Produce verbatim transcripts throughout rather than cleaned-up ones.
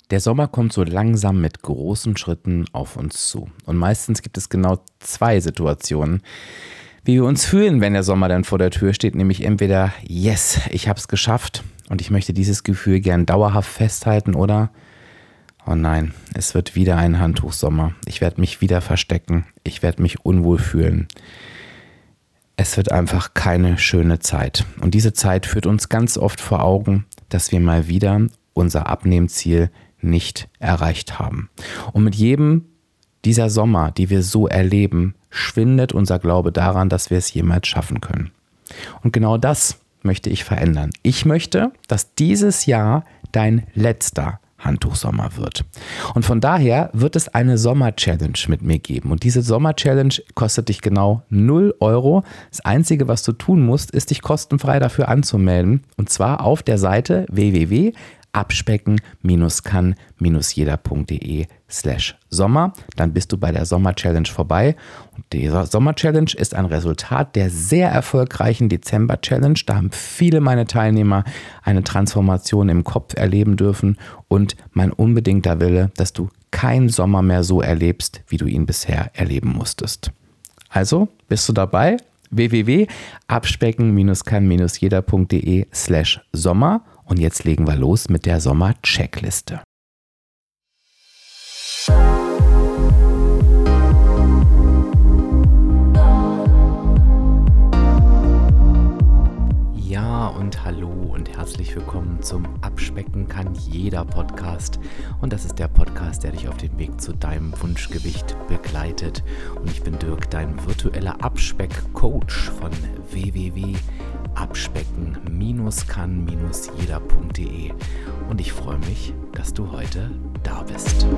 Der Sommer kommt so langsam mit großen Schritten auf uns zu. Und meistens gibt es genau zwei Situationen, wie wir uns fühlen, wenn der Sommer dann vor der Tür steht. Nämlich entweder, yes, ich habe es geschafft und ich möchte dieses Gefühl gern dauerhaft festhalten, oder, oh nein, es wird wieder ein Handtuchsommer. Ich werde mich wieder verstecken. Ich werde mich unwohl fühlen. Es wird einfach keine schöne Zeit. Und diese Zeit führt uns ganz oft vor Augen, dass wir mal wieder unser Abnehmziel nicht erreicht haben. Und mit jedem dieser Sommer, die wir so erleben, schwindet unser Glaube daran, dass wir es jemals schaffen können. Und genau das möchte ich verändern. Ich möchte, dass dieses Jahr dein letzter Handtuchsommer wird. Und von daher wird es eine Sommer-Challenge mit mir geben. Und diese Sommer-Challenge kostet dich genau null Euro. Das Einzige, was du tun musst, ist, dich kostenfrei dafür anzumelden. Und zwar auf der Seite w w w punkt abspecken kann jeder punkt de slash Sommer. Dann bist du bei der Sommer-Challenge vorbei. Und die Sommer-Challenge ist ein Resultat der sehr erfolgreichen Dezember-Challenge. Da haben viele meiner Teilnehmer eine Transformation im Kopf erleben dürfen. Und mein unbedingter Wille, dass du keinen Sommer mehr so erlebst, wie du ihn bisher erleben musstest. Also, bist du dabei? w w w punkt abspecken kann jeder punkt de slash Sommer. Und jetzt legen wir los mit der Sommer-Checkliste. Ja und hallo und herzlich willkommen zum Abspecken kann jeder Podcast. Und das ist der Podcast, der dich auf dem Weg zu deinem Wunschgewicht begleitet. Und ich bin Dirk, dein virtueller Abspeck-Coach von w w w punkt abspecken kann jeder punkt de. Und ich freue mich, dass du heute da bist.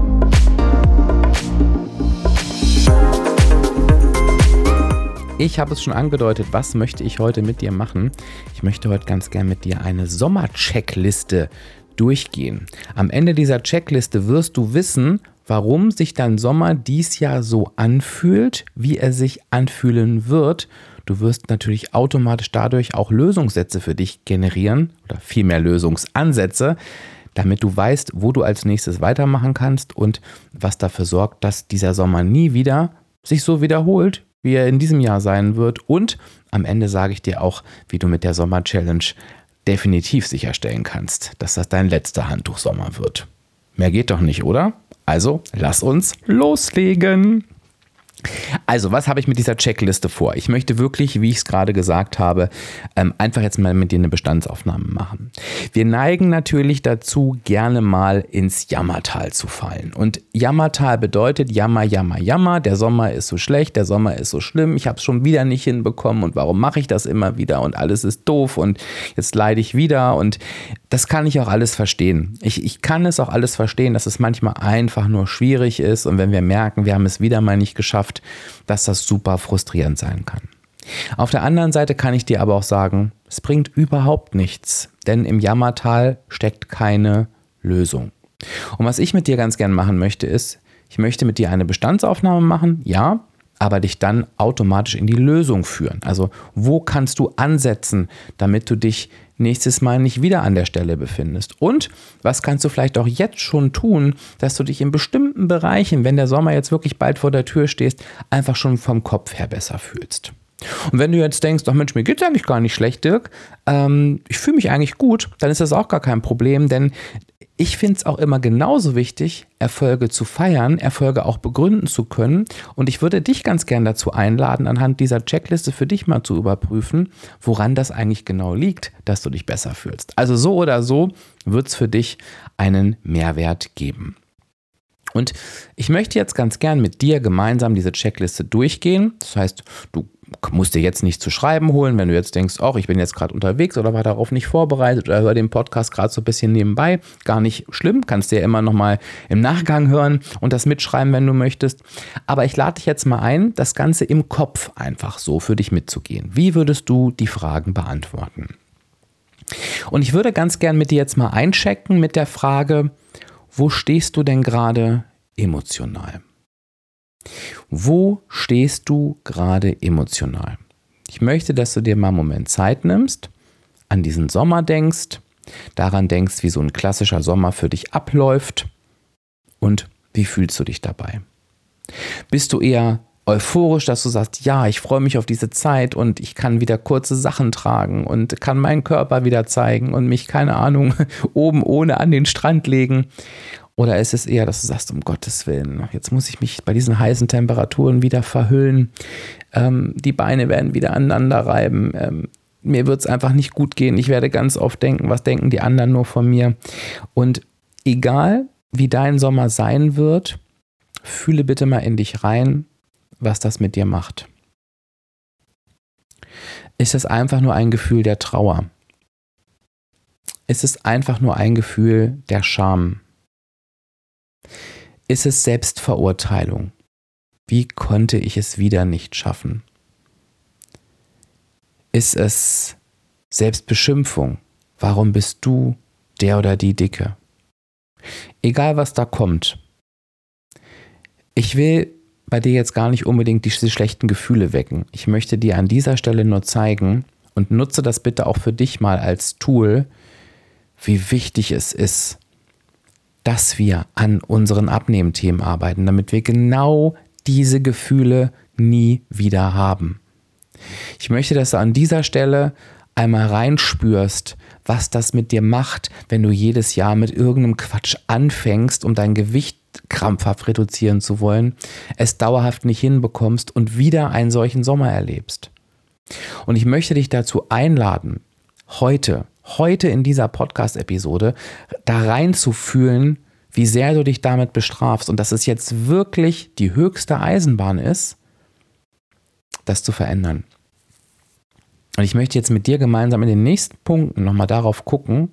Ich habe es schon angedeutet, was möchte ich heute mit dir machen? Ich möchte heute ganz gern mit dir eine Sommer-Checkliste durchgehen. Am Ende dieser Checkliste wirst du wissen, warum sich dein Sommer dies Jahr so anfühlt, wie er sich anfühlen wird. Du wirst natürlich automatisch dadurch auch Lösungssätze für dich generieren oder vielmehr Lösungsansätze, damit du weißt, wo du als nächstes weitermachen kannst und was dafür sorgt, dass dieser Sommer nie wieder sich so wiederholt, wie er in diesem Jahr sein wird. Und am Ende sage ich dir auch, wie du mit der Sommer-Challenge definitiv sicherstellen kannst, dass das dein letzter Handtuchsommer wird. Mehr geht doch nicht, oder? Also, lass uns loslegen! Also, was habe ich mit dieser Checkliste vor? Ich möchte wirklich, wie ich es gerade gesagt habe, einfach jetzt mal mit dir eine Bestandsaufnahme machen. Wir neigen natürlich dazu, gerne mal ins Jammertal zu fallen. Und Jammertal bedeutet Jammer, Jammer, Jammer. Der Sommer ist so schlecht, der Sommer ist so schlimm. Ich habe es schon wieder nicht hinbekommen und warum mache ich das immer wieder und alles ist doof und jetzt leide ich wieder. Und das kann ich auch alles verstehen. Ich, ich kann es auch alles verstehen, dass es manchmal einfach nur schwierig ist und wenn wir merken, wir haben es wieder mal nicht geschafft, dass das super frustrierend sein kann. Auf der anderen Seite kann ich dir aber auch sagen, es bringt überhaupt nichts, denn im Jammertal steckt keine Lösung. Und was ich mit dir ganz gern machen möchte, ist, ich möchte mit dir eine Bestandsaufnahme machen, ja, aber dich dann automatisch in die Lösung führen. Also wo kannst du ansetzen, damit du dich nächstes Mal nicht wieder an der Stelle befindest? Und was kannst du vielleicht auch jetzt schon tun, dass du dich in bestimmten Bereichen, wenn der Sommer jetzt wirklich bald vor der Tür stehst, einfach schon vom Kopf her besser fühlst? Und wenn du jetzt denkst, ach Mensch, mir geht's eigentlich gar nicht schlecht, Dirk, ähm, ich fühle mich eigentlich gut, dann ist das auch gar kein Problem, denn ich finde es auch immer genauso wichtig, Erfolge zu feiern, Erfolge auch begründen zu können. Und ich würde dich ganz gern dazu einladen, anhand dieser Checkliste für dich mal zu überprüfen, woran das eigentlich genau liegt, dass du dich besser fühlst. Also so oder so wird es für dich einen Mehrwert geben. Und ich möchte jetzt ganz gern mit dir gemeinsam diese Checkliste durchgehen. Das heißt, du musst dir jetzt nicht zu schreiben holen, wenn du jetzt denkst, oh, ich bin jetzt gerade unterwegs oder war darauf nicht vorbereitet oder höre den Podcast gerade so ein bisschen nebenbei. Gar nicht schlimm, kannst du ja immer nochmal im Nachgang hören und das mitschreiben, wenn du möchtest. Aber ich lade dich jetzt mal ein, das Ganze im Kopf einfach so für dich mitzugehen. Wie würdest du die Fragen beantworten? Und ich würde ganz gern mit dir jetzt mal einchecken mit der Frage, wo stehst du denn gerade emotional? Wo stehst du gerade emotional? Ich möchte, dass du dir mal einen Moment Zeit nimmst, an diesen Sommer denkst daran denkst, wie so ein klassischer Sommer für dich abläuft und wie fühlst du dich dabei? Bist du eher euphorisch, dass du sagst, ja, ich freue mich auf diese Zeit und ich kann wieder kurze Sachen tragen und kann meinen Körper wieder zeigen und mich, keine Ahnung, oben ohne an den Strand legen? Oder ist es eher, dass du sagst, um Gottes Willen, jetzt muss ich mich bei diesen heißen Temperaturen wieder verhüllen, ähm, die Beine werden wieder aneinander reiben, ähm, mir wird es einfach nicht gut gehen, ich werde ganz oft denken, was denken die anderen nur von mir? Und egal, wie dein Sommer sein wird, fühle bitte mal in dich rein, was das mit dir macht. Ist es einfach nur ein Gefühl der Trauer? Ist es einfach nur ein Gefühl der Scham? Ist es Selbstverurteilung? Wie konnte ich es wieder nicht schaffen? Ist es Selbstbeschimpfung? Warum bist du der oder die Dicke? Egal, was da kommt. Ich will bei dir jetzt gar nicht unbedingt diese schlechten Gefühle wecken. Ich möchte dir an dieser Stelle nur zeigen und nutze das bitte auch für dich mal als Tool, wie wichtig es ist, dass wir an unseren Abnehmthemen arbeiten, damit wir genau diese Gefühle nie wieder haben. Ich möchte, dass du an dieser Stelle einmal reinspürst, was das mit dir macht, wenn du jedes Jahr mit irgendeinem Quatsch anfängst, um dein Gewicht krampfhaft reduzieren zu wollen, es dauerhaft nicht hinbekommst und wieder einen solchen Sommer erlebst. Und ich möchte dich dazu einladen, heute, heute in dieser Podcast-Episode da reinzufühlen, wie sehr du dich damit bestrafst und dass es jetzt wirklich die höchste Eisenbahn ist, das zu verändern. Und ich möchte jetzt mit dir gemeinsam in den nächsten Punkten nochmal darauf gucken,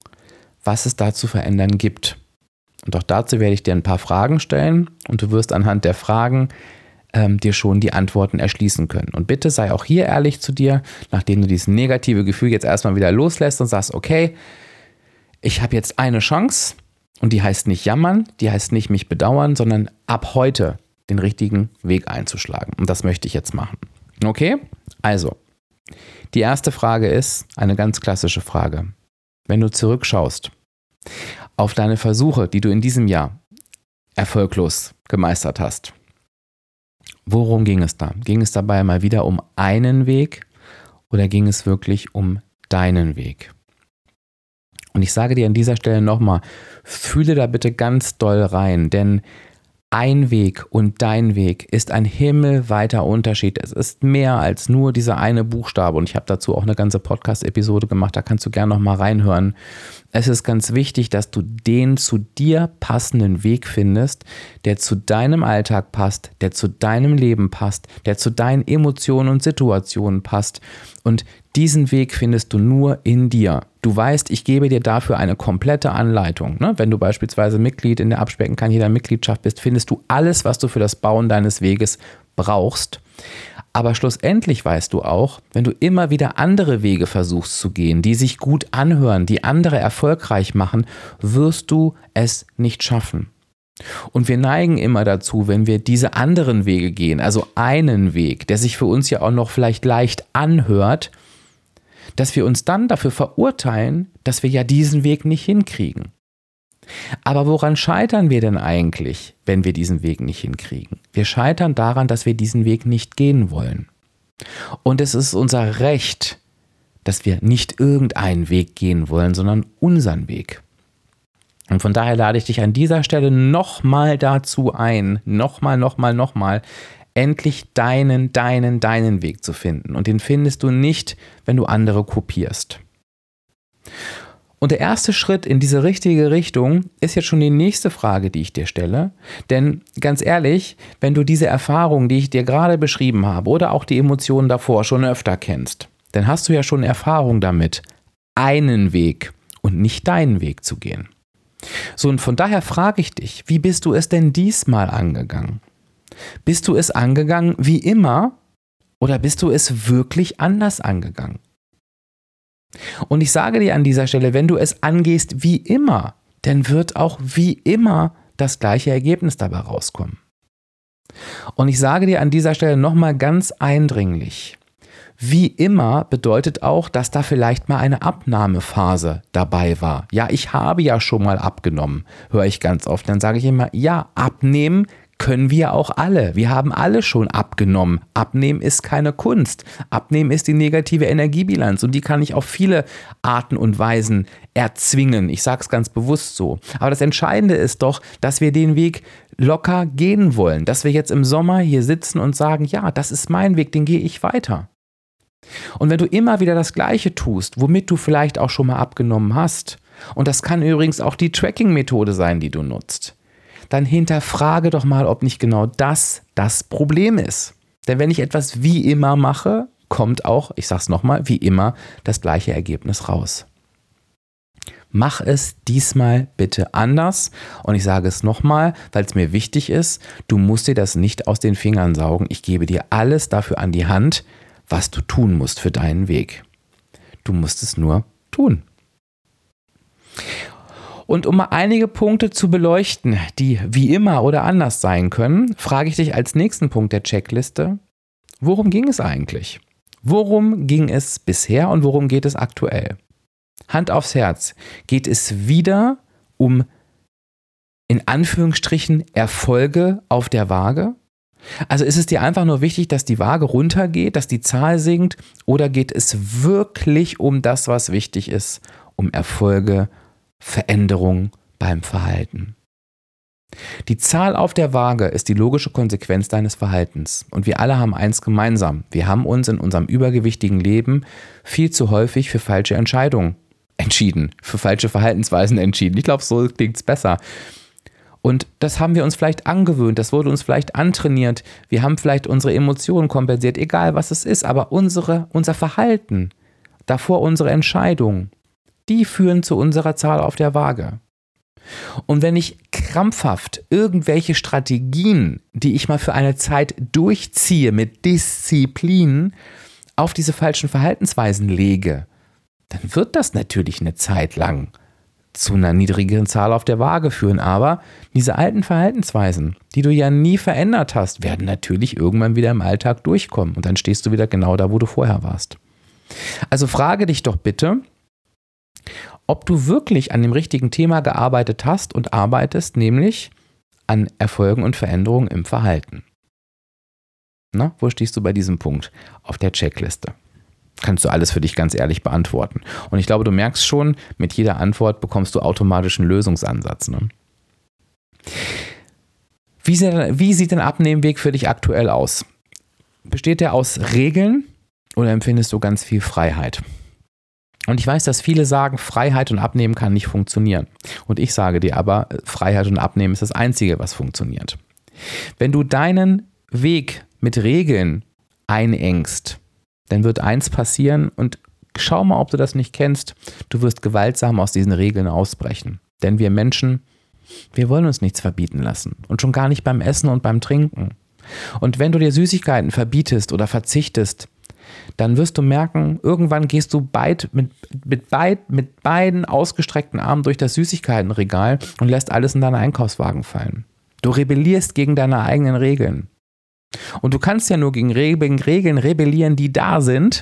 was es da zu verändern gibt. Und auch dazu werde ich dir ein paar Fragen stellen und du wirst anhand der Fragen ähm, dir schon die Antworten erschließen können. Und bitte sei auch hier ehrlich zu dir, nachdem du dieses negative Gefühl jetzt erstmal wieder loslässt und sagst, okay, ich habe jetzt eine Chance und die heißt nicht jammern, die heißt nicht mich bedauern, sondern ab heute den richtigen Weg einzuschlagen. Und das möchte ich jetzt machen. Okay? Also, die erste Frage ist eine ganz klassische Frage. Wenn du zurückschaust auf deine Versuche, die du in diesem Jahr erfolglos gemeistert hast, worum ging es da? Ging es dabei mal wieder um einen Weg oder ging es wirklich um deinen Weg? Und ich sage dir an dieser Stelle nochmal, fühle da bitte ganz doll rein, denn ein Weg und dein Weg ist ein himmelweiter Unterschied. Es ist mehr als nur dieser eine Buchstabe und ich habe dazu auch eine ganze Podcast-Episode gemacht, da kannst du gerne noch mal reinhören. Es ist ganz wichtig, dass du den zu dir passenden Weg findest, der zu deinem Alltag passt, der zu deinem Leben passt, der zu deinen Emotionen und Situationen passt und diesen Weg findest du nur in dir. Du weißt, ich gebe dir dafür eine komplette Anleitung. Ne? Wenn du beispielsweise Mitglied in der Abspecken kann jeder Mitgliedschaft bist, findest du alles, was du für das Bauen deines Weges brauchst. Aber schlussendlich weißt du auch, wenn du immer wieder andere Wege versuchst zu gehen, die sich gut anhören, die andere erfolgreich machen, wirst du es nicht schaffen. Und wir neigen immer dazu, wenn wir diese anderen Wege gehen, also einen Weg, der sich für uns ja auch noch vielleicht leicht anhört, dass wir uns dann dafür verurteilen, dass wir ja diesen Weg nicht hinkriegen. Aber woran scheitern wir denn eigentlich, wenn wir diesen Weg nicht hinkriegen? Wir scheitern daran, dass wir diesen Weg nicht gehen wollen. Und es ist unser Recht, dass wir nicht irgendeinen Weg gehen wollen, sondern unseren Weg. Und von daher lade ich dich an dieser Stelle nochmal dazu ein, nochmal, nochmal, nochmal, endlich deinen, deinen, deinen Weg zu finden. Und den findest du nicht, wenn du andere kopierst. Und der erste Schritt in diese richtige Richtung ist jetzt schon die nächste Frage, die ich dir stelle. Denn ganz ehrlich, wenn du diese Erfahrung, die ich dir gerade beschrieben habe, oder auch die Emotionen davor schon öfter kennst, dann hast du ja schon Erfahrung damit, einen Weg und nicht deinen Weg zu gehen. So, und von daher frage ich dich, wie bist du es denn diesmal angegangen? Bist du es angegangen wie immer oder bist du es wirklich anders angegangen? Und ich sage dir an dieser Stelle, wenn du es angehst wie immer, dann wird auch wie immer das gleiche Ergebnis dabei rauskommen. Und ich sage dir an dieser Stelle nochmal ganz eindringlich, Wie immer bedeutet auch, dass da vielleicht mal eine Abnahmephase dabei war. Ja, ich habe ja schon mal abgenommen, höre ich ganz oft. Dann sage ich immer, ja, abnehmen können wir auch alle. Wir haben alle schon abgenommen. Abnehmen ist keine Kunst. Abnehmen ist die negative Energiebilanz und die kann ich auf viele Arten und Weisen erzwingen. Ich sage es ganz bewusst so. Aber das Entscheidende ist doch, dass wir den Weg locker gehen wollen. Dass wir jetzt im Sommer hier sitzen und sagen, ja, das ist mein Weg, den gehe ich weiter. Und wenn du immer wieder das Gleiche tust, womit du vielleicht auch schon mal abgenommen hast, und das kann übrigens auch die Tracking-Methode sein, die du nutzt, dann hinterfrage doch mal, ob nicht genau das das Problem ist. Denn wenn ich etwas wie immer mache, kommt auch, ich sag's nochmal, wie immer das gleiche Ergebnis raus. Mach es diesmal bitte anders. Und ich sage es nochmal, weil es mir wichtig ist, du musst dir das nicht aus den Fingern saugen. Ich gebe dir alles dafür an die Hand, was du tun musst für deinen Weg. Du musst es nur tun. Und um mal einige Punkte zu beleuchten, die wie immer oder anders sein können, frage ich dich als nächsten Punkt der Checkliste, worum ging es eigentlich? Worum ging es bisher und worum geht es aktuell? Hand aufs Herz, geht es wieder um in Anführungsstrichen Erfolge auf der Waage? Also ist es dir einfach nur wichtig, dass die Waage runtergeht, dass die Zahl sinkt, oder geht es wirklich um das, was wichtig ist, um Erfolge, Veränderung beim Verhalten? Die Zahl auf der Waage ist die logische Konsequenz deines Verhaltens. Und wir alle haben eins gemeinsam. Wir haben uns in unserem übergewichtigen Leben viel zu häufig für falsche Entscheidungen entschieden, für falsche Verhaltensweisen entschieden. Ich glaube, so klingt es besser. Und das haben wir uns vielleicht angewöhnt, das wurde uns vielleicht antrainiert. Wir haben vielleicht unsere Emotionen kompensiert, egal was es ist. Aber unsere, unser Verhalten, davor unsere Entscheidungen, die führen zu unserer Zahl auf der Waage. Und wenn ich krampfhaft irgendwelche Strategien, die ich mal für eine Zeit durchziehe, mit Disziplin auf diese falschen Verhaltensweisen lege, dann wird das natürlich eine Zeit lang zu einer niedrigeren Zahl auf der Waage führen. Aber diese alten Verhaltensweisen, die du ja nie verändert hast, werden natürlich irgendwann wieder im Alltag durchkommen. Und dann stehst du wieder genau da, wo du vorher warst. Also frage dich doch bitte, ob du wirklich an dem richtigen Thema gearbeitet hast und arbeitest, nämlich an Erfolgen und Veränderungen im Verhalten. Na, wo stehst du bei diesem Punkt auf der Checkliste? Kannst du alles für dich ganz ehrlich beantworten. Und ich glaube, du merkst schon, mit jeder Antwort bekommst du automatisch einen Lösungsansatz. Ne? Wie sieht, wie sieht ein Abnehmweg für dich aktuell aus? Besteht der aus Regeln oder empfindest du ganz viel Freiheit? Und ich weiß, dass viele sagen, Freiheit und Abnehmen kann nicht funktionieren. Und ich sage dir aber, Freiheit und Abnehmen ist das Einzige, was funktioniert. Wenn du deinen Weg mit Regeln einengst, dann wird eins passieren und schau mal, ob du das nicht kennst. Du wirst gewaltsam aus diesen Regeln ausbrechen. Denn wir Menschen, wir wollen uns nichts verbieten lassen. Und schon gar nicht beim Essen und beim Trinken. Und wenn du dir Süßigkeiten verbietest oder verzichtest, dann wirst du merken, irgendwann gehst du beid, mit, mit, beid, mit beiden ausgestreckten Armen durch das Süßigkeitenregal und lässt alles in deinen Einkaufswagen fallen. Du rebellierst gegen deine eigenen Regeln. Und du kannst ja nur gegen Regeln rebellieren, die da sind.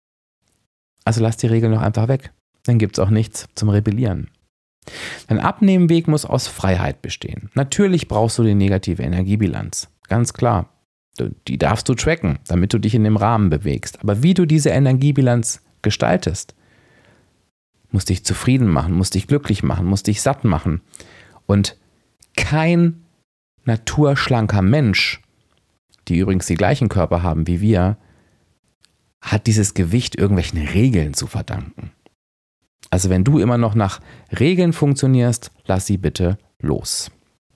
Also lass die Regeln doch einfach weg. Dann gibt es auch nichts zum Rebellieren. Dein Abnehmenweg muss aus Freiheit bestehen. Natürlich brauchst du die negative Energiebilanz. Ganz klar. Die darfst du tracken, damit du dich in dem Rahmen bewegst. Aber wie du diese Energiebilanz gestaltest, muss dich zufrieden machen, muss dich glücklich machen, muss dich satt machen. Und kein naturschlanker Mensch, die übrigens die gleichen Körper haben wie wir, hat dieses Gewicht irgendwelchen Regeln zu verdanken. Also wenn du immer noch nach Regeln funktionierst, lass sie bitte los.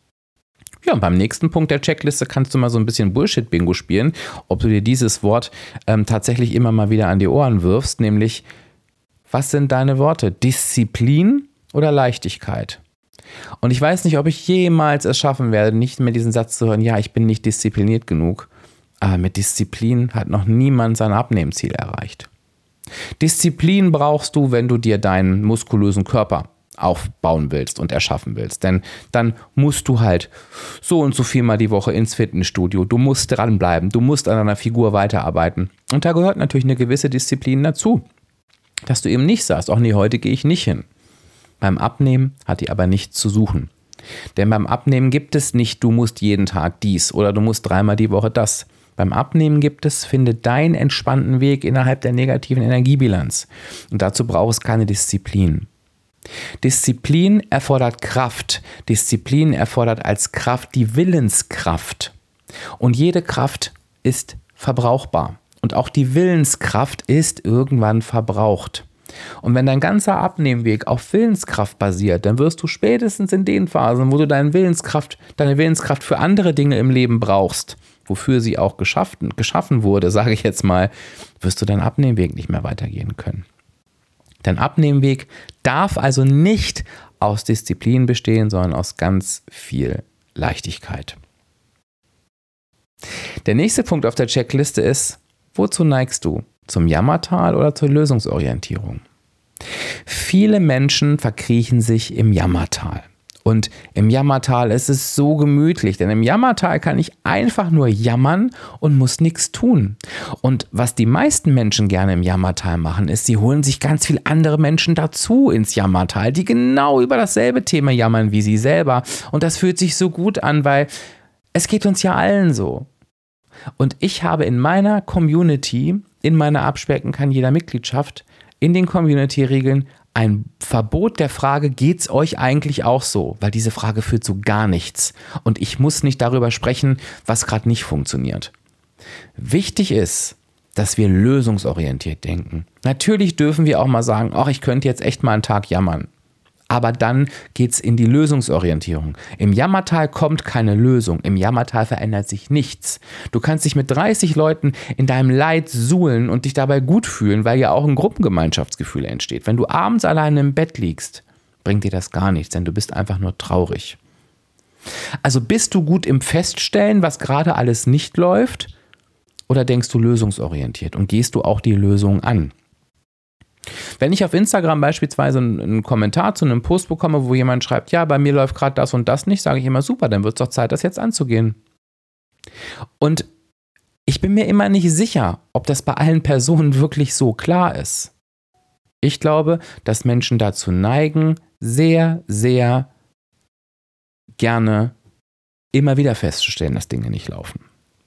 Ja, und beim nächsten Punkt der Checkliste kannst du mal so ein bisschen Bullshit-Bingo spielen, ob du dir dieses Wort ähm, tatsächlich immer mal wieder an die Ohren wirfst, nämlich, was sind deine Worte? Disziplin oder Leichtigkeit? Und ich weiß nicht, ob ich jemals es schaffen werde, nicht mehr diesen Satz zu hören, ja, ich bin nicht diszipliniert genug. Aber mit Disziplin hat noch niemand sein Abnehmziel erreicht. Disziplin brauchst du, wenn du dir deinen muskulösen Körper aufbauen willst und erschaffen willst. Denn dann musst du halt so und so viel mal die Woche ins Fitnessstudio. Du musst dranbleiben, du musst an deiner Figur weiterarbeiten. Und da gehört natürlich eine gewisse Disziplin dazu, dass du eben nicht sagst, ach nee, heute gehe ich nicht hin. Beim Abnehmen hat die aber nichts zu suchen. Denn beim Abnehmen gibt es nicht, du musst jeden Tag dies oder du musst dreimal die Woche das. Beim Abnehmen gibt es, finde deinen entspannten Weg innerhalb der negativen Energiebilanz. Und dazu brauchst du keine Disziplin. Disziplin erfordert Kraft. Disziplin erfordert als Kraft die Willenskraft. Und jede Kraft ist verbrauchbar. Und auch die Willenskraft ist irgendwann verbraucht. Und wenn dein ganzer Abnehmweg auf Willenskraft basiert, dann wirst du spätestens in den Phasen, wo du deine Willenskraft, deine Willenskraft für andere Dinge im Leben brauchst, wofür sie auch geschaffen, geschaffen wurde, sage ich jetzt mal, wirst du deinen Abnehmweg nicht mehr weitergehen können. Dein Abnehmweg darf also nicht aus Disziplin bestehen, sondern aus ganz viel Leichtigkeit. Der nächste Punkt auf der Checkliste ist, wozu neigst du? Zum Jammertal oder zur Lösungsorientierung? Viele Menschen verkriechen sich im Jammertal. Und im Jammertal ist es so gemütlich, denn im Jammertal kann ich einfach nur jammern und muss nichts tun. Und was die meisten Menschen gerne im Jammertal machen, ist, sie holen sich ganz viele andere Menschen dazu ins Jammertal, die genau über dasselbe Thema jammern wie sie selber. Und das fühlt sich so gut an, weil es geht uns ja allen so. Und ich habe in meiner Community, in meiner Abspecken kann jeder Mitgliedschaft, in den Community-Regeln ein Verbot der Frage, geht's euch eigentlich auch so? Weil diese Frage führt zu gar nichts. Und ich muss nicht darüber sprechen, was gerade nicht funktioniert. Wichtig ist, dass wir lösungsorientiert denken. Natürlich dürfen wir auch mal sagen, ach, ich könnte jetzt echt mal einen Tag jammern. Aber dann geht's in die Lösungsorientierung. Im Jammertal kommt keine Lösung. Im Jammertal verändert sich nichts. Du kannst dich mit dreißig Leuten in deinem Leid suhlen und dich dabei gut fühlen, weil ja auch ein Gruppengemeinschaftsgefühl entsteht. Wenn du abends alleine im Bett liegst, bringt dir das gar nichts, denn du bist einfach nur traurig. Also bist du gut im Feststellen, was gerade alles nicht läuft, oder denkst du lösungsorientiert und gehst du auch die Lösung an? Wenn ich auf Instagram beispielsweise einen Kommentar zu einem Post bekomme, wo jemand schreibt, ja, bei mir läuft gerade das und das nicht, sage ich immer, super, dann wird es doch Zeit, das jetzt anzugehen. Und ich bin mir immer nicht sicher, ob das bei allen Personen wirklich so klar ist. Ich glaube, dass Menschen dazu neigen, sehr, sehr gerne immer wieder festzustellen, dass Dinge nicht laufen.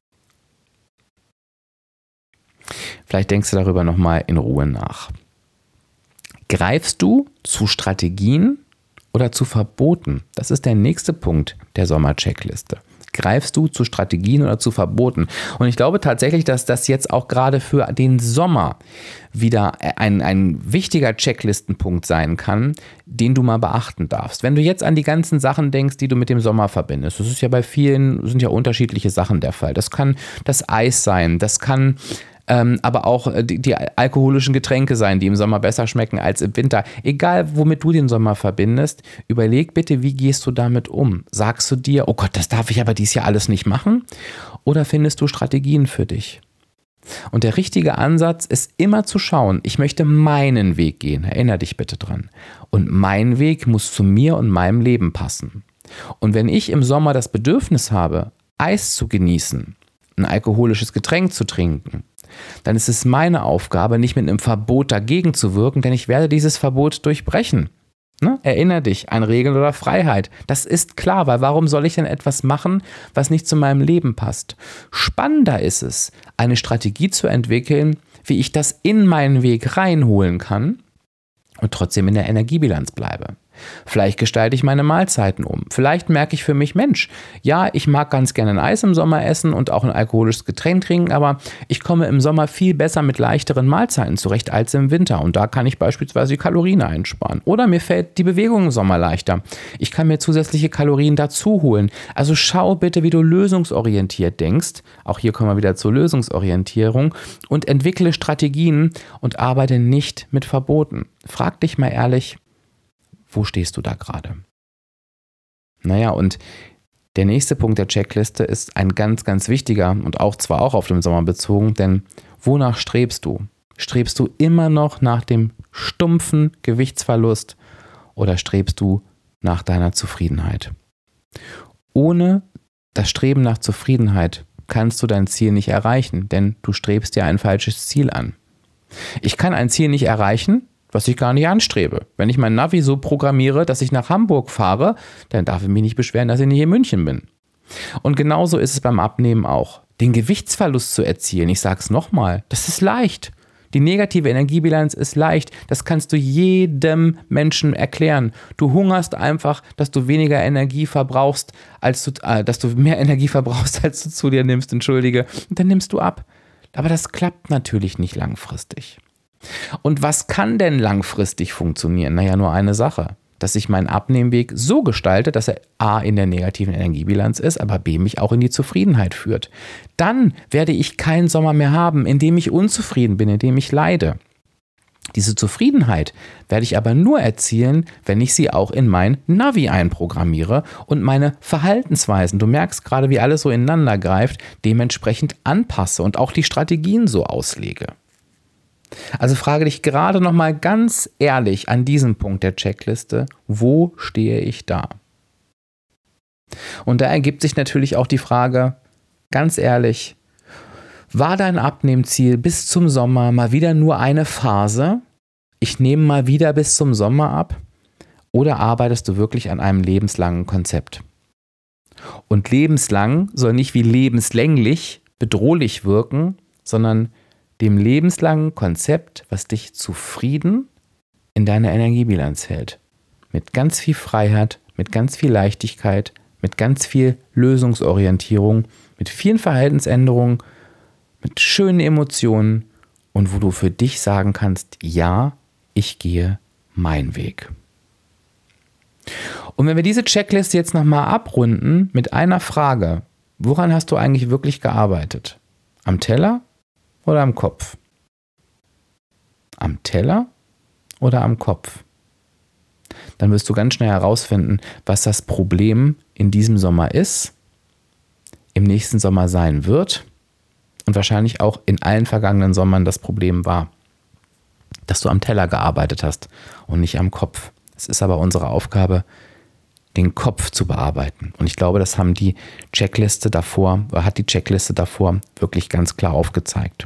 Vielleicht denkst du darüber nochmal in Ruhe nach. Greifst du zu Strategien oder zu Verboten? Das ist der nächste Punkt der Sommer-Checkliste. Greifst du zu Strategien oder zu Verboten? Und ich glaube tatsächlich, dass das jetzt auch gerade für den Sommer wieder ein, ein wichtiger Checklistenpunkt sein kann, den du mal beachten darfst. Wenn du jetzt an die ganzen Sachen denkst, die du mit dem Sommer verbindest, das ist ja bei vielen, sind ja unterschiedliche Sachen der Fall. Das kann das Eis sein, das kann Ähm, aber auch die, die alkoholischen Getränke sein, die im Sommer besser schmecken als im Winter. Egal, womit du den Sommer verbindest, überleg bitte, wie gehst du damit um? Sagst du dir, oh Gott, das darf ich aber dieses Jahr alles nicht machen? Oder findest du Strategien für dich? Und der richtige Ansatz ist immer zu schauen, ich möchte meinen Weg gehen, erinnere dich bitte dran. Und mein Weg muss zu mir und meinem Leben passen. Und wenn ich im Sommer das Bedürfnis habe, Eis zu genießen, ein alkoholisches Getränk zu trinken, dann ist es meine Aufgabe, nicht mit einem Verbot dagegen zu wirken, denn ich werde dieses Verbot durchbrechen. Ne? Erinnere dich an Regeln oder Freiheit. Das ist klar, weil warum soll ich denn etwas machen, was nicht zu meinem Leben passt? Spannender ist es, eine Strategie zu entwickeln, wie ich das in meinen Weg reinholen kann und trotzdem in der Energiebilanz bleibe. Vielleicht gestalte ich meine Mahlzeiten um. Vielleicht merke ich für mich, Mensch, ja, ich mag ganz gerne ein Eis im Sommer essen und auch ein alkoholisches Getränk trinken, aber ich komme im Sommer viel besser mit leichteren Mahlzeiten zurecht als im Winter. Und da kann ich beispielsweise die Kalorien einsparen. Oder mir fällt die Bewegung im Sommer leichter. Ich kann mir zusätzliche Kalorien dazu holen. Also schau bitte, wie du lösungsorientiert denkst. Auch hier kommen wir wieder zur Lösungsorientierung. Und entwickle Strategien und arbeite nicht mit Verboten. Frag dich mal ehrlich, wo stehst du da gerade? Naja, und der nächste Punkt der Checkliste ist ein ganz, ganz wichtiger und auch zwar auch auf den Sommer bezogen, denn wonach strebst du? Strebst du immer noch nach dem stumpfen Gewichtsverlust oder strebst du nach deiner Zufriedenheit? Ohne das Streben nach Zufriedenheit kannst du dein Ziel nicht erreichen, denn du strebst dir ein falsches Ziel an. Ich kann ein Ziel nicht erreichen, was ich gar nicht anstrebe. Wenn ich mein Navi so programmiere, dass ich nach Hamburg fahre, dann darf ich mich nicht beschweren, dass ich nicht in München bin. Und genauso ist es beim Abnehmen auch. Den Gewichtsverlust zu erzielen, ich sage es nochmal, das ist leicht. Die negative Energiebilanz ist leicht. Das kannst du jedem Menschen erklären. Du hungerst einfach, dass du weniger Energie verbrauchst, als du, äh, dass du mehr Energie verbrauchst, als du zu dir nimmst, entschuldige. Und dann nimmst du ab. Aber das klappt natürlich nicht langfristig. Und was kann denn langfristig funktionieren? Naja, nur eine Sache. Dass ich meinen Abnehmweg so gestalte, dass er A in der negativen Energiebilanz ist, aber B mich auch in die Zufriedenheit führt. Dann werde ich keinen Sommer mehr haben, in dem ich unzufrieden bin, in dem ich leide. Diese Zufriedenheit werde ich aber nur erzielen, wenn ich sie auch in mein Navi einprogrammiere und meine Verhaltensweisen, du merkst gerade, wie alles so ineinander greift, dementsprechend anpasse und auch die Strategien so auslege. Also frage dich gerade noch mal ganz ehrlich an diesem Punkt der Checkliste, wo stehe ich da? Und da ergibt sich natürlich auch die Frage, ganz ehrlich, war dein Abnehmziel bis zum Sommer mal wieder nur eine Phase? Ich nehme mal wieder bis zum Sommer ab? Oder arbeitest du wirklich an einem lebenslangen Konzept? Und lebenslang soll nicht wie lebenslänglich bedrohlich wirken, sondern dem lebenslangen Konzept, was dich zufrieden in deiner Energiebilanz hält. Mit ganz viel Freiheit, mit ganz viel Leichtigkeit, mit ganz viel Lösungsorientierung, mit vielen Verhaltensänderungen, mit schönen Emotionen und wo du für dich sagen kannst, ja, ich gehe meinen Weg. Und wenn wir diese Checkliste jetzt nochmal abrunden mit einer Frage, woran hast du eigentlich wirklich gearbeitet? Am Teller? Oder am Kopf? Am Teller oder am Kopf? Dann wirst du ganz schnell herausfinden, was das Problem in diesem Sommer ist, im nächsten Sommer sein wird und wahrscheinlich auch in allen vergangenen Sommern das Problem war, dass du am Teller gearbeitet hast und nicht am Kopf. Es ist aber unsere Aufgabe, den Kopf zu bearbeiten. Und ich glaube, das haben die Checkliste davor, oder hat die Checkliste davor wirklich ganz klar aufgezeigt.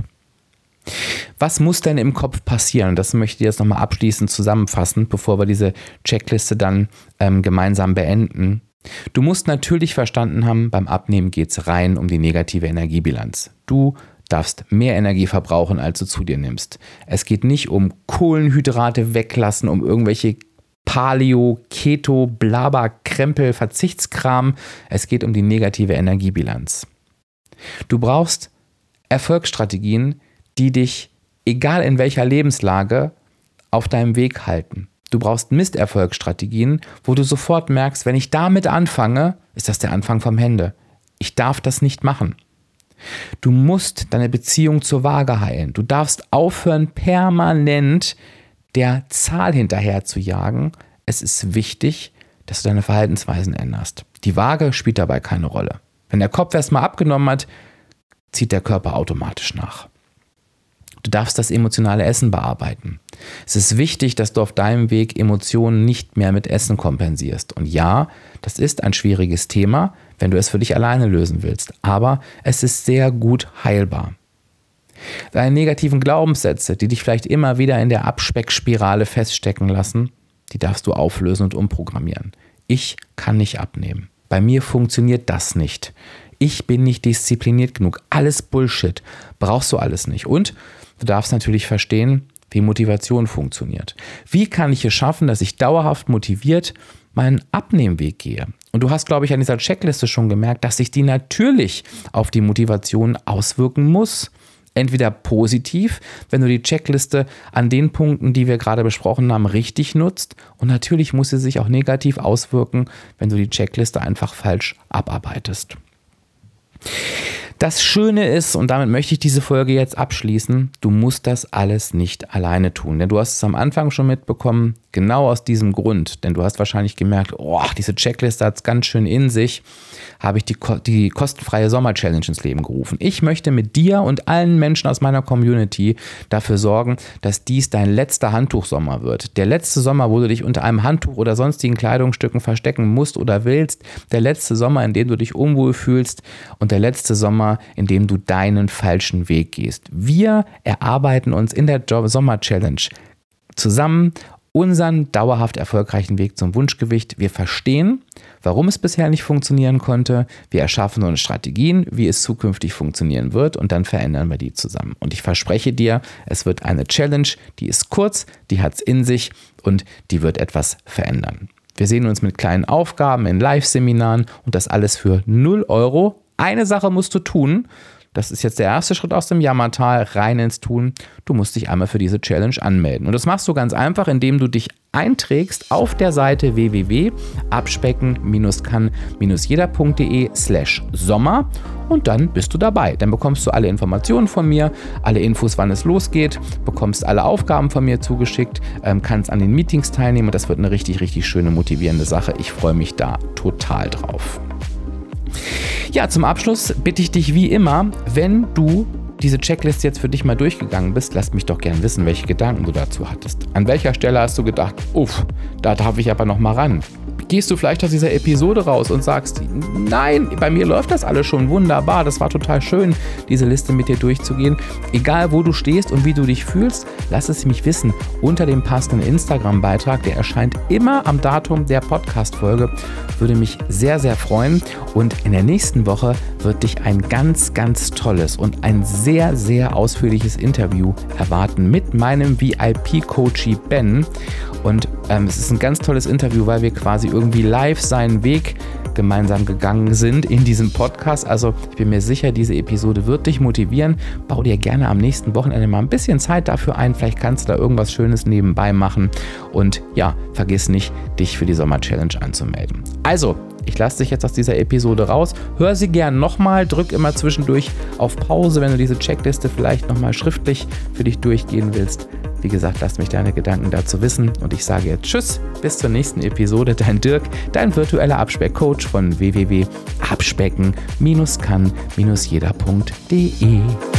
Was muss denn im Kopf passieren? Das möchte ich jetzt nochmal abschließend zusammenfassen, bevor wir diese Checkliste dann ähm, gemeinsam beenden. Du musst natürlich verstanden haben, beim Abnehmen geht es rein um die negative Energiebilanz. Du darfst mehr Energie verbrauchen, als du zu dir nimmst. Es geht nicht um Kohlenhydrate weglassen, um irgendwelche Paleo, Keto, Blabber, Krempel, Verzichtskram. Es geht um die negative Energiebilanz. Du brauchst Erfolgsstrategien, die dich, egal in welcher Lebenslage, auf deinem Weg halten. Du brauchst Misserfolgsstrategien, wo du sofort merkst, wenn ich damit anfange, ist das der Anfang vom Ende. Ich darf das nicht machen. Du musst deine Beziehung zur Waage heilen. Du darfst aufhören, permanent der Zahl hinterher zu jagen. Es ist wichtig, dass du deine Verhaltensweisen änderst. Die Waage spielt dabei keine Rolle. Wenn der Kopf erstmal abgenommen hat, zieht der Körper automatisch nach. Du darfst das emotionale Essen bearbeiten. Es ist wichtig, dass du auf deinem Weg Emotionen nicht mehr mit Essen kompensierst. Und ja, das ist ein schwieriges Thema, wenn du es für dich alleine lösen willst. Aber es ist sehr gut heilbar. Deine negativen Glaubenssätze, die dich vielleicht immer wieder in der Abspeckspirale feststecken lassen, die darfst du auflösen und umprogrammieren. Ich kann nicht abnehmen. Bei mir funktioniert das nicht. Ich bin nicht diszipliniert genug. Alles Bullshit. Brauchst du alles nicht. Und du darfst natürlich verstehen, wie Motivation funktioniert. Wie kann ich es schaffen, dass ich dauerhaft motiviert meinen Abnehmweg gehe? Und du hast, glaube ich, an dieser Checkliste schon gemerkt, dass sich die natürlich auf die Motivation auswirken muss. Entweder positiv, wenn du die Checkliste an den Punkten, die wir gerade besprochen haben, richtig nutzt. Und natürlich muss sie sich auch negativ auswirken, wenn du die Checkliste einfach falsch abarbeitest. Das Schöne ist, und damit möchte ich diese Folge jetzt abschließen, du musst das alles nicht alleine tun. Denn du hast es am Anfang schon mitbekommen, genau aus diesem Grund, denn du hast wahrscheinlich gemerkt, oh, diese Checkliste hat es ganz schön in sich, habe ich die, die kostenfreie Sommer-Challenge ins Leben gerufen. Ich möchte mit dir und allen Menschen aus meiner Community dafür sorgen, dass dies dein letzter Handtuchsommer wird. Der letzte Sommer, wo du dich unter einem Handtuch oder sonstigen Kleidungsstücken verstecken musst oder willst. Der letzte Sommer, in dem du dich unwohl fühlst und der letzte Sommer, in dem du deinen falschen Weg gehst. Wir erarbeiten uns in der Sommer-Challenge zusammen unseren dauerhaft erfolgreichen Weg zum Wunschgewicht. Wir verstehen, warum es bisher nicht funktionieren konnte. Wir erschaffen uns Strategien, wie es zukünftig funktionieren wird und dann verändern wir die zusammen. Und ich verspreche dir, es wird eine Challenge, die ist kurz, die hat es in sich und die wird etwas verändern. Wir sehen uns mit kleinen Aufgaben in Live-Seminaren und das alles für null Euro. Eine Sache musst du tun. Das ist jetzt der erste Schritt aus dem Jammertal, rein ins Tun. Du musst dich einmal für diese Challenge anmelden. Und das machst du ganz einfach, indem du dich einträgst auf der Seite w w w punkt abspecken kann jeder punkt de slash Sommer und dann bist du dabei. Dann bekommst du alle Informationen von mir, alle Infos, wann es losgeht, bekommst alle Aufgaben von mir zugeschickt, kannst an den Meetings teilnehmen und das wird eine richtig, richtig schöne, motivierende Sache. Ich freue mich da total drauf. Ja, zum Abschluss bitte ich dich wie immer, wenn du diese Checkliste jetzt für dich mal durchgegangen bist, lass mich doch gern wissen, welche Gedanken du dazu hattest. An welcher Stelle hast du gedacht, uff, da darf ich aber noch mal ran? Gehst du vielleicht aus dieser Episode raus und sagst, nein, bei mir läuft das alles schon wunderbar, das war total schön, diese Liste mit dir durchzugehen. Egal, wo du stehst und wie du dich fühlst, lass es mich wissen unter dem passenden Instagram-Beitrag, der erscheint immer am Datum der Podcast-Folge. Würde mich sehr, sehr freuen und in der nächsten Woche wird dich ein ganz, ganz tolles und ein sehr, sehr ausführliches Interview erwarten mit meinem V I P-Coachie Ben und ähm, es ist ein ganz tolles Interview, weil wir quasi irgendwie live seinen Weg gemeinsam gegangen sind in diesem Podcast. Also ich bin mir sicher, diese Episode wird dich motivieren. Bau dir gerne am nächsten Wochenende mal ein bisschen Zeit dafür ein. Vielleicht kannst du da irgendwas Schönes nebenbei machen. Und ja, vergiss nicht, dich für die Sommer-Challenge anzumelden. Also, ich lasse dich jetzt aus dieser Episode raus. Hör sie gern nochmal, drück immer zwischendurch auf Pause, wenn du diese Checkliste vielleicht nochmal schriftlich für dich durchgehen willst. Wie gesagt, lass mich deine Gedanken dazu wissen und ich sage jetzt Tschüss, bis zur nächsten Episode. Dein Dirk, dein virtueller Abspeck-Coach von w w w punkt abspecken kann jeder punkt de.